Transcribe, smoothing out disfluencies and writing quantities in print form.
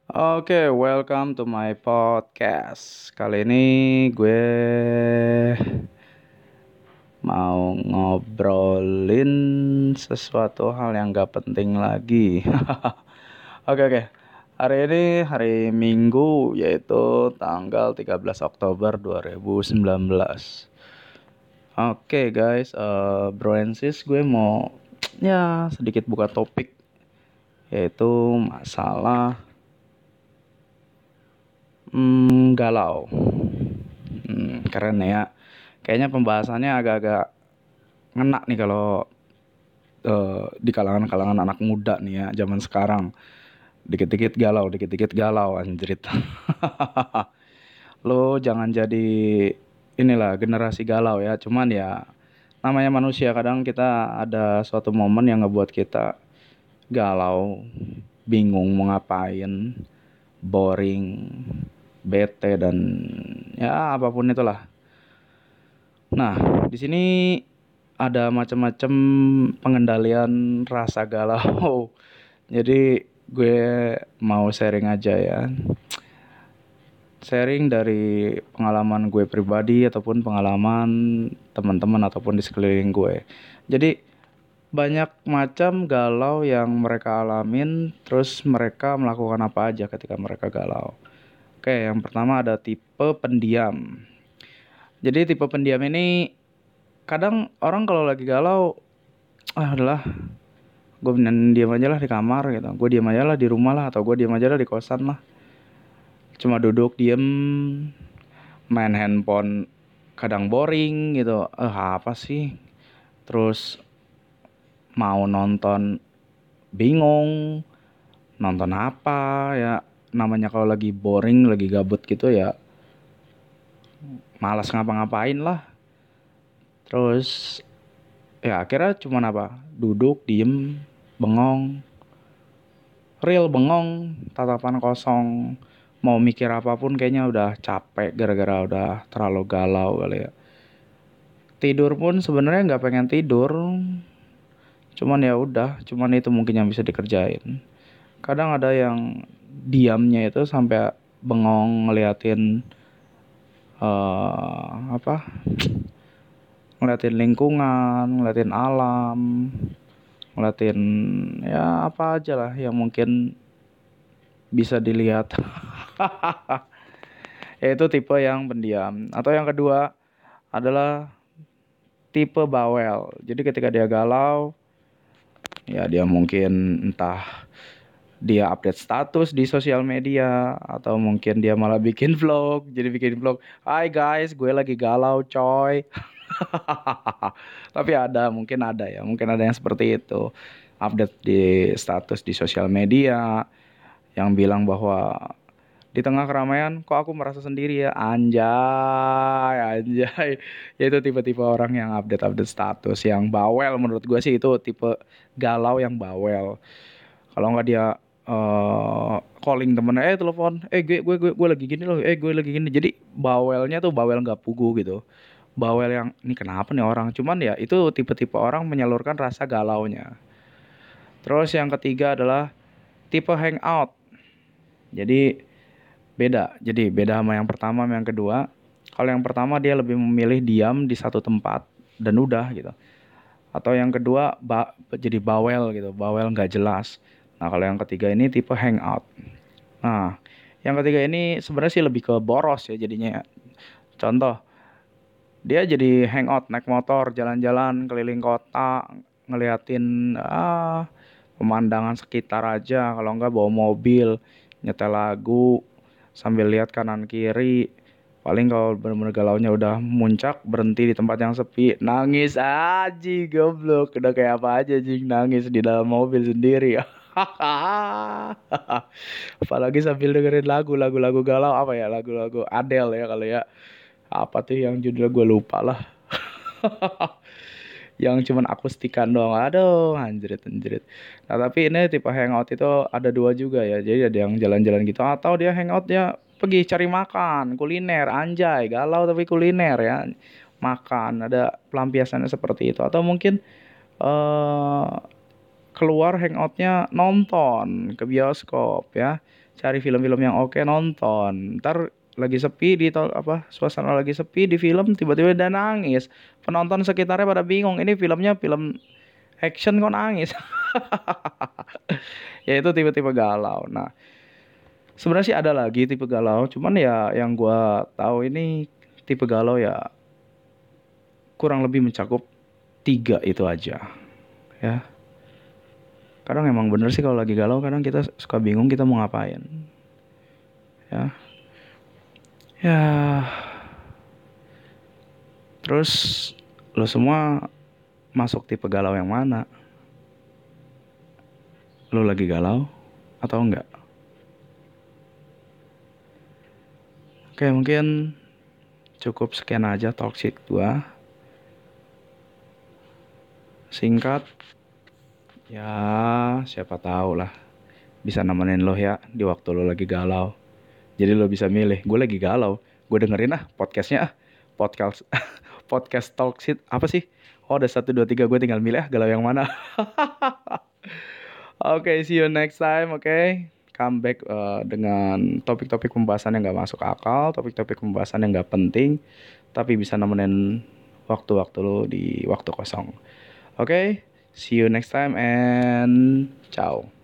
Oke, welcome to my podcast. Kali ini gue mau ngobrolin sesuatu hal yang gak penting lagi. Oke. Hari ini hari Minggu, yaitu tanggal 13 Oktober 2019. Oke guys, bro and sis, gue mau ya sedikit buka topik, yaitu masalah galau. Keren ya. Kayaknya pembahasannya agak-agak ngena nih kalau di kalangan-kalangan anak muda nih ya, zaman sekarang. Dikit-dikit galau anjrit. Lo jangan jadi inilah generasi galau ya. Cuman ya namanya manusia, kadang kita ada suatu momen yang ngebuat kita galau, bingung mau ngapain, boring, bete dan ya apapun itulah. Nah, di sini ada macam-macam pengendalian rasa galau. Jadi gue mau sharing aja ya. Sharing dari pengalaman gue pribadi ataupun pengalaman teman-teman ataupun di sekeliling gue. Jadi banyak macam galau yang mereka alamin, terus mereka melakukan apa aja ketika mereka galau. Oke, yang pertama ada tipe pendiam. Jadi tipe pendiam ini kadang orang kalau lagi galau, adalah gue diam aja lah di kamar gitu, gue diam aja lah di rumah lah, atau gue diam aja lah di kosan lah, cuma duduk diem main handphone, kadang boring gitu, apa sih, terus mau nonton bingung nonton apa ya, namanya kalau lagi boring lagi gabut gitu ya, malas ngapa-ngapain lah. Terus ya akhirnya cuman apa, duduk diem bengong, real bengong, tatapan kosong, mau mikir apapun kayaknya udah capek gara-gara udah terlalu galau kali ya. Tidur pun sebenarnya nggak pengen tidur, cuman ya udah, cuman itu mungkin yang bisa dikerjain. Kadang ada yang diamnya itu sampai bengong ngeliatin apa, ngeliatin lingkungan, ngeliatin alam, ngeliatin ya apa aja lah yang mungkin bisa dilihat. Yaitu tipe yang pendiam. Atau yang kedua adalah tipe bawel. Jadi ketika dia galau, ya dia mungkin entah dia update status di sosial media, atau mungkin dia malah bikin vlog. Jadi bikin vlog, "Hai guys, gue lagi galau coy." Tapi mungkin ada ya, mungkin ada yang seperti itu. Update di status di sosial media yang bilang bahwa di tengah keramaian kok aku merasa sendiri ya, anjay, anjay. Itu tipe-tipe orang yang update-update status yang bawel. Menurut gue sih itu tipe galau yang bawel. Kalau nggak dia calling temennya, telepon, gue lagi gini loh, gue lagi gini. Jadi bawelnya tuh bawel nggak pugu gitu, bawel yang ini kenapa nih orang. Cuman ya itu tipe-tipe orang menyalurkan rasa galaunya. Terus yang ketiga adalah tipe hangout. Jadi beda sama yang pertama sama yang kedua. Kalau yang pertama dia lebih memilih diam di satu tempat dan udah gitu. Atau yang kedua jadi bawel gitu, bawel nggak jelas. Nah kalau yang ketiga ini tipe hangout. Nah yang ketiga ini sebenarnya sih lebih ke boros ya jadinya ya. Contoh, dia jadi hangout naik motor jalan-jalan keliling kota, ngeliatin pemandangan sekitar aja. Kalau nggak bawa mobil, nyetel lagu sambil lihat kanan kiri. Paling kalau bener-bener galaunya udah muncak, berhenti di tempat yang sepi, nangis aja goblok. Udah kayak apa aja jing, nangis di dalam mobil sendiri. Apalagi sambil dengerin lagu-lagu galau, apa ya, lagu-lagu Adele ya kalau ya. Apa tuh yang judulnya gue lupa lah. Yang cuman akustikan doang. Aduh, anjrit anjrit. Nah, tapi ini tipe hangout itu ada dua juga ya. Jadi ada yang jalan-jalan gitu, atau dia hangoutnya pergi cari makan, kuliner, anjay, galau tapi kuliner ya. Makan, ada pelampiasannya seperti itu. Atau mungkin eh keluar hangoutnya nonton ke bioskop ya, cari film-film yang oke nonton. Ntar lagi sepi suasana lagi sepi di film tiba-tiba dia nangis, penonton sekitarnya pada bingung ini filmnya film action kok nangis. Ya itu tipe-tipe galau. Nah, sebenarnya sih ada lagi tipe galau, cuman ya yang gua tahu ini tipe galau ya kurang lebih mencakup tiga itu aja ya. Kadang emang bener sih kalau lagi galau kadang kita suka bingung kita mau ngapain ya. Ya, terus lo semua masuk tipe galau yang mana? Lo lagi galau atau enggak? Oke, mungkin cukup sekian aja talk shit gua. Singkat, ya siapa tahu lah bisa nemenin lo ya di waktu lo lagi galau. Jadi lo bisa milih, gue lagi galau, gue dengerin podcastnya podcast podcast talk shit apa sih? Oh ada 1, 2, 3, gue tinggal milih galau yang mana. Oke, see you next time. Oke, come back dengan topik-topik pembahasan yang gak masuk akal, topik-topik pembahasan yang gak penting, tapi bisa nemenin waktu-waktu lo di waktu kosong. Oke, see you next time and ciao.